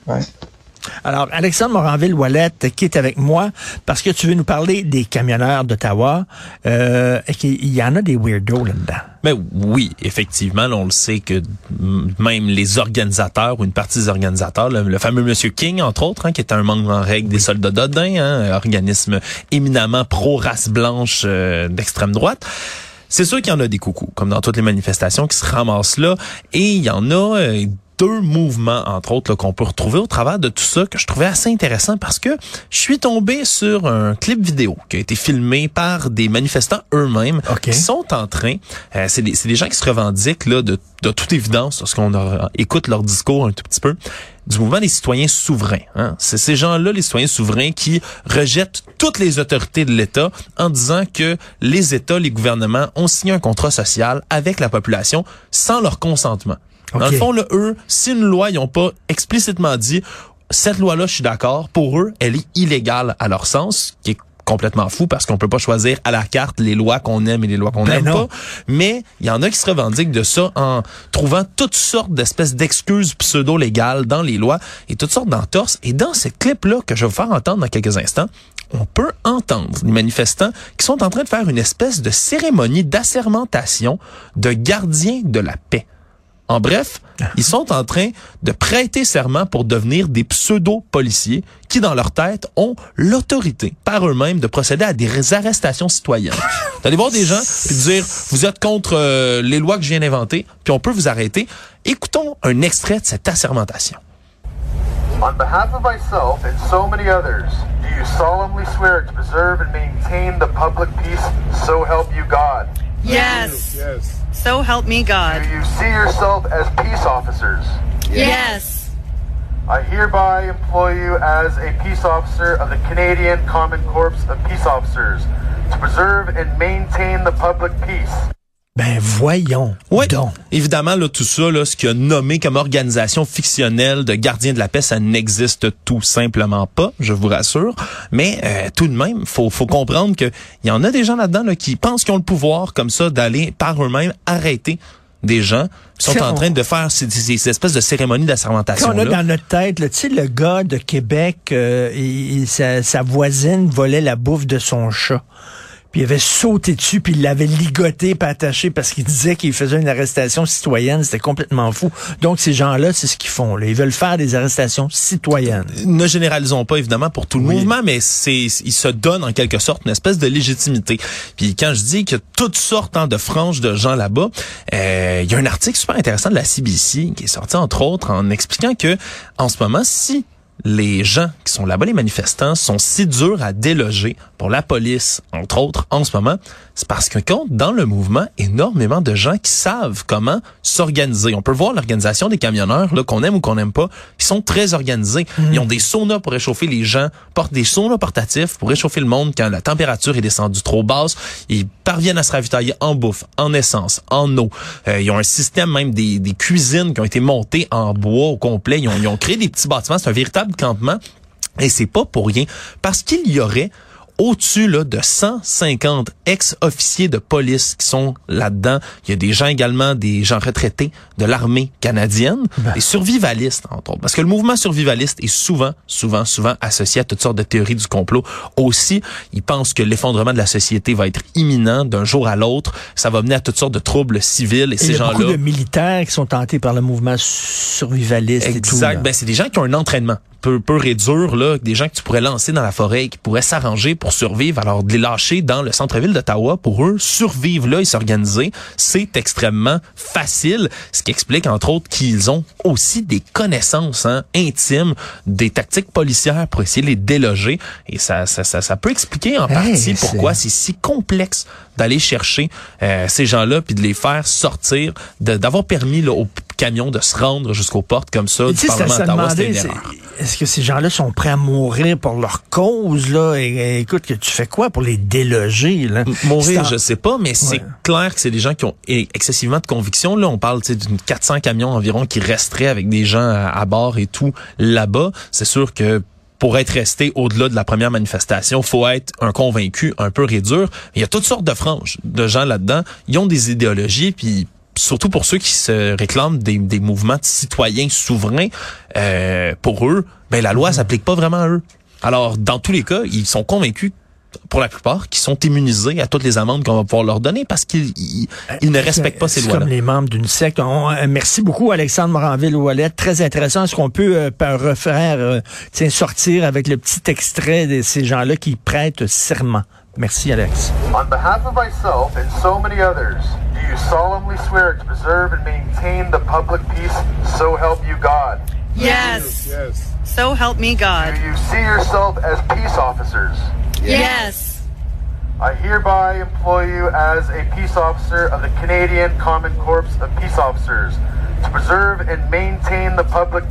Ouais. Alors, Alexandre Moranville-Ouellette, qui est avec moi, parce que tu veux nous parler des camionneurs d'Ottawa, et qu'il y en a des weirdos là-dedans. Ben oui, effectivement, là, on le sait que même les organisateurs ou une partie des organisateurs, le fameux Monsieur King, entre autres, qui est un membre en règle des soldats d'Odin, organisme éminemment pro-race blanche d'extrême droite. C'est sûr qu'il y en a des coucous, comme dans toutes les manifestations, qui se ramassent là, et il y en a deux mouvements, entre autres, là, qu'on peut retrouver au travers de tout ça, que je trouvais assez intéressant parce que je suis tombé sur un clip vidéo qui a été filmé par des manifestants eux-mêmes qui sont en train, c'est des gens qui se revendiquent là de toute évidence, lorsqu'on écoute leur discours un tout petit peu, du mouvement des citoyens souverains. Hein? C'est ces gens-là, les citoyens souverains, qui rejettent toutes les autorités de l'État en disant que les États, les gouvernements ont signé un contrat social avec la population sans leur consentement. Dans le fond, là, eux, si une loi, ils n'ont pas explicitement dit cette loi-là, je suis d'accord, pour eux, elle est illégale à leur sens, qui est complètement fou parce qu'on peut pas choisir à la carte les lois qu'on aime et les lois qu'on n'aime pas. Mais il y en a qui se revendiquent de ça en trouvant toutes sortes d'espèces d'excuses pseudo-légales dans les lois et toutes sortes d'entorses. Et dans ce clip-là que je vais vous faire entendre dans quelques instants, on peut entendre les manifestants qui sont en train de faire une espèce de cérémonie d'assermentation de gardiens de la paix. En bref, ils sont en train de prêter serment pour devenir des pseudo-policiers qui, dans leur tête, ont l'autorité par eux-mêmes de procéder à des arrestations citoyennes. D'aller voir des gens et dire « Vous êtes contre les lois que je viens d'inventer, puis on peut vous arrêter. » Écoutons un extrait de cette assermentation. On behalf of myself and so many others, do you solemnly swear to preserve and maintain the public peace, so help you God? Yes. Yes. So help me God. Do you see yourself as peace officers? Yes. I hereby employ you as a peace officer of the Canadian Common Corps of Peace Officers to preserve and maintain the public peace. Ben voyons. Oui, donc. Évidemment, là, tout ça, là, ce qu'il a nommé comme organisation fictionnelle de gardiens de la paix, ça n'existe tout simplement pas, je vous rassure. Mais tout de même, faut comprendre que il y en a des gens là-dedans là, qui pensent qu'ils ont le pouvoir comme ça d'aller par eux-mêmes arrêter des gens qui sont en train de faire ces espèces de cérémonies d'assermentation. On a dans notre tête, tu sais, le gars de Québec, sa voisine volait la bouffe de son chat. Puis il avait sauté dessus, puis il l'avait ligoté, puis attaché, parce qu'il disait qu'il faisait une arrestation citoyenne. C'était complètement fou. Donc, ces gens-là, c'est ce qu'ils font. Là. Ils veulent faire des arrestations citoyennes. Ne généralisons pas, évidemment, pour tout le mouvement, mais ils se donnent, en quelque sorte, une espèce de légitimité. Puis quand je dis qu'il y a toutes sortes de franges de gens là-bas, il y a un article super intéressant de la CBC qui est sorti, entre autres, en expliquant que, en ce moment, si les gens qui sont là-bas, les manifestants, sont si durs à déloger pour la police, entre autres, en ce moment, c'est parce que compte dans le mouvement énormément de gens qui savent comment s'organiser. On peut voir l'organisation des camionneurs, là, qu'on aime ou qu'on n'aime pas, ils sont très organisés. Ils ont des saunas pour réchauffer les gens, portent des saunas portatifs pour réchauffer le monde quand la température est descendue trop basse. Ils parviennent à se ravitailler en bouffe, en essence, en eau. Ils ont un système même des cuisines qui ont été montées en bois au complet. Ils ont créé des petits bâtiments. C'est un véritable campement. Et c'est pas pour rien. Parce qu'il y aurait au-dessus là de 150 ex-officiers de police qui sont là-dedans. Il y a des gens également, des gens retraités de l'armée canadienne, des survivalistes, entre autres. Parce que le mouvement survivaliste est souvent associé à toutes sortes de théories du complot. Aussi, ils pensent que l'effondrement de la société va être imminent d'un jour à l'autre. Ça va mener à toutes sortes de troubles civils. Et ces gens-là... Il y a beaucoup de militaires qui sont tentés par le mouvement survivaliste. Exact. Et tout, ben, c'est des gens qui ont un entraînement peu et dur, là, des gens que tu pourrais lancer dans la forêt et qui pourraient s'arranger pour survivre. Alors, de les lâcher dans le centre-ville d'Ottawa, pour eux, survivre là et s'organiser, c'est extrêmement facile. Ce qui explique, entre autres, qu'ils ont aussi des connaissances intimes des tactiques policières pour essayer de les déloger. Et ça peut expliquer en partie pourquoi c'est si complexe d'aller chercher ces gens-là puis de les faire sortir, d'avoir permis là, aux camions de se rendre jusqu'aux portes comme ça du Parlement d'Ottawa. C'était une erreur. Est-ce que ces gens-là sont prêts à mourir pour leur cause, là? Et écoute, que tu fais quoi pour les déloger, là? Mourir, je sais pas, mais c'est clair que c'est des gens qui ont excessivement de conviction. Là, on parle d'une 400 camions environ qui resteraient avec des gens à bord et tout là-bas. C'est sûr que pour être resté au-delà de la première manifestation, faut être un convaincu, un peu dur. Il y a toutes sortes de franges de gens là-dedans. Ils ont des idéologies, puis surtout pour ceux qui se réclament des mouvements de citoyens souverains, pour eux, ben la loi s'applique pas vraiment à eux. Alors, dans tous les cas, ils sont convaincus, pour la plupart, qui sont immunisés à toutes les amendes qu'on va pouvoir leur donner parce qu'ils ne respectent pas ces lois-là. C'est comme les membres d'une secte. Merci beaucoup, Alexandre Moranville-Ouellette. Très intéressant. Est-ce qu'on peut refaire, sortir avec le petit extrait de ces gens-là qui prêtent serment? Merci, Alex. On behalf of myself and so many others, do you solemnly swear to preserve and maintain the public peace, so help you God? Yes. So help me God. Do you see yourself as peace officers? Yes. I hereby employ you as a peace officer of the Canadian Common Corps of Peace Officers to preserve and maintain the public